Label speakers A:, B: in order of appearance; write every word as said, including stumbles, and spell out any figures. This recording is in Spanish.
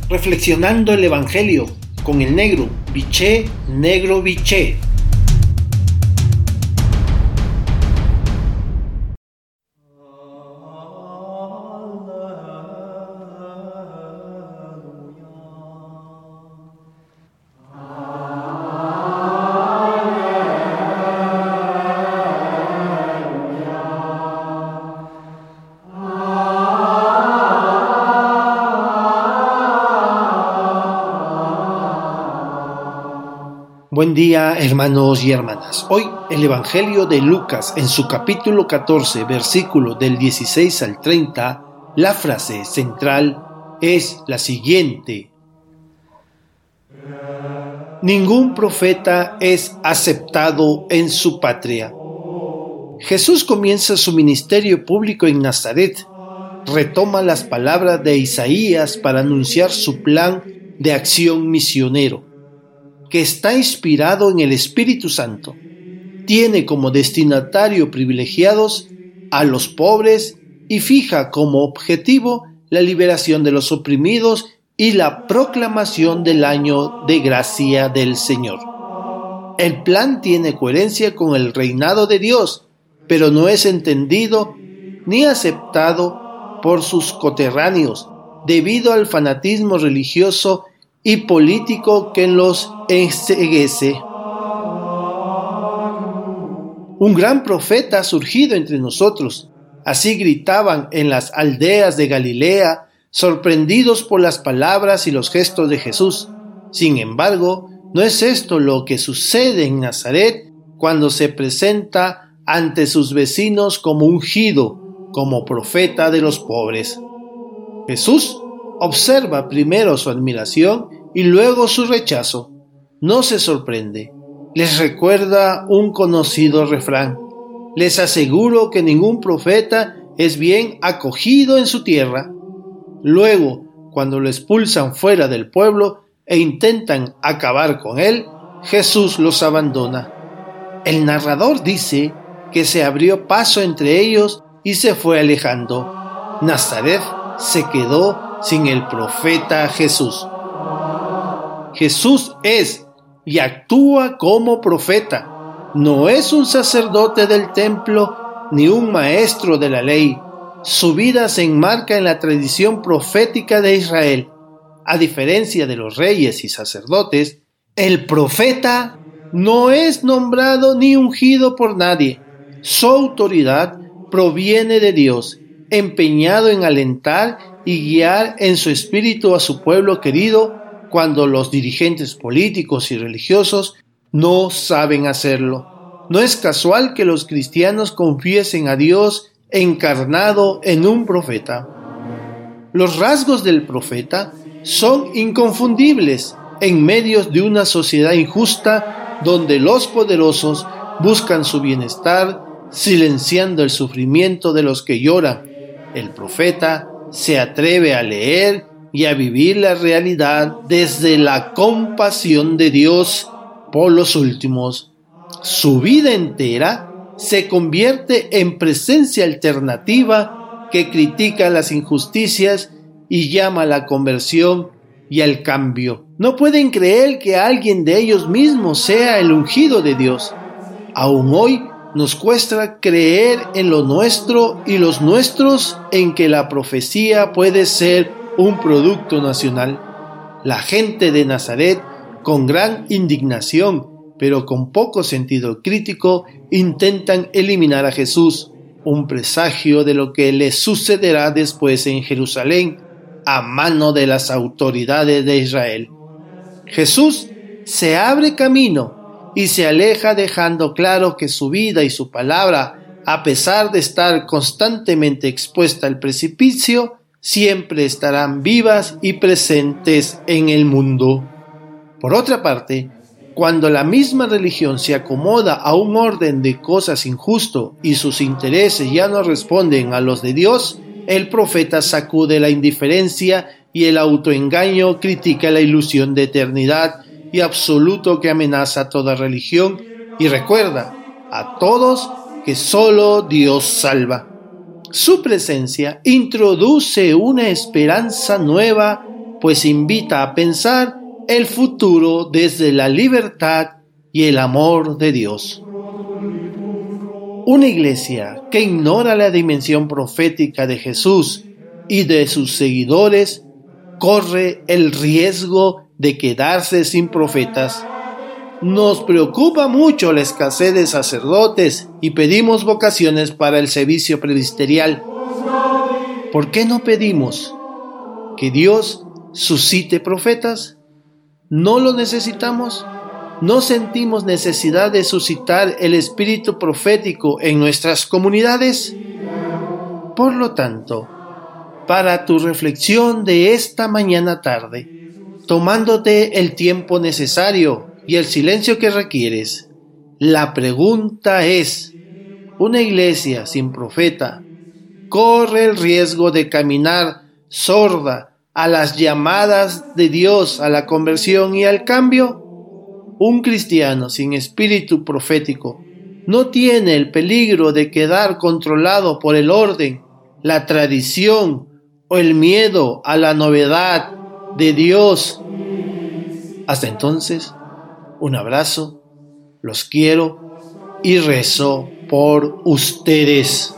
A: reflexionando el Evangelio con el negro, biché, negro, biché. Buen día, hermanos y hermanas. Hoy el Evangelio de Lucas, en su capítulo catorce, versículo del dieciséis al treinta, la frase central es la siguiente: ningún profeta es aceptado en su patria. Jesús comienza su ministerio público en Nazaret. Retoma las palabras de Isaías para anunciar su plan de acción misionero, que está inspirado en el Espíritu Santo. Tiene como destinatario privilegiados a los pobres y fija como objetivo la liberación de los oprimidos y la proclamación del año de gracia del Señor. El plan tiene coherencia con el reinado de Dios, pero no es entendido ni aceptado por sus coterráneos debido al fanatismo religioso y político que los enceguece. Un gran profeta ha surgido entre nosotros. Así gritaban en las aldeas de Galilea, sorprendidos por las palabras y los gestos de Jesús. Sin embargo, no es esto lo que sucede en Nazaret cuando se presenta ante sus vecinos como ungido, como profeta de los pobres. Jesús observa primero su admiración y luego su rechazo. No se sorprende. Les recuerda un conocido refrán: les aseguro que ningún profeta es bien acogido en su tierra. Luego, cuando lo expulsan fuera del pueblo e intentan acabar con él, Jesús los abandona. El narrador dice que se abrió paso entre ellos y se fue alejando. Nazaret se quedó sin el profeta Jesús. Jesús es y actúa como profeta. No es un sacerdote del templo ni un maestro de la ley. Su vida se enmarca en la tradición profética de Israel. A diferencia de los reyes y sacerdotes, el profeta no es nombrado ni ungido por nadie. Su autoridad proviene de Dios, empeñado en alentar y guiar en su espíritu a su pueblo querido cuando los dirigentes políticos y religiosos no saben hacerlo. No es casual que los cristianos confiesen a Dios encarnado en un profeta. Los rasgos del profeta son inconfundibles en medio de una sociedad injusta donde los poderosos buscan su bienestar, silenciando el sufrimiento de los que lloran. El profeta se atreve a leer y a vivir la realidad desde la compasión de Dios por los últimos. Su vida entera se convierte en presencia alternativa que critica las injusticias y llama a la conversión y al cambio. No pueden creer que alguien de ellos mismos sea el ungido de Dios. Aún hoy nos cuesta creer en lo nuestro y los nuestros en que la profecía puede ser un producto nacional. La gente de Nazaret, con gran indignación, pero con poco sentido crítico, intentan eliminar a Jesús, un presagio de lo que le sucederá después en Jerusalén, a mano de las autoridades de Israel. Jesús se abre camino y se aleja dejando claro que su vida y su palabra, a pesar de estar constantemente expuesta al precipicio, siempre estarán vivas y presentes en el mundo. Por otra parte, cuando la misma religión se acomoda a un orden de cosas injusto y sus intereses ya no responden a los de Dios, el profeta sacude la indiferencia y el autoengaño, critica la ilusión de eternidad y absoluto que amenaza toda religión y recuerda a todos que solo Dios salva. Su presencia introduce una esperanza nueva pues invita a pensar el futuro desde la libertad y el amor de Dios. Una iglesia que ignora la dimensión profética de Jesús y de sus seguidores corre el riesgo de quedarse sin profetas. Nos preocupa mucho la escasez de sacerdotes y pedimos vocaciones para el servicio presbiterial. ¿Por qué no pedimos que Dios suscite profetas? ¿No lo necesitamos? ¿No sentimos necesidad de suscitar el espíritu profético en nuestras comunidades? Por lo tanto, para tu reflexión de esta mañana tarde, tomándote el tiempo necesario y el silencio que requieres, la pregunta es: ¿una iglesia sin profeta corre el riesgo de caminar sorda a las llamadas de Dios a la conversión y al cambio? Un cristiano sin espíritu profético no tiene el peligro de quedar controlado por el orden, la tradición o el miedo a la novedad de Dios. Hasta entonces, un abrazo, los quiero y rezo por ustedes.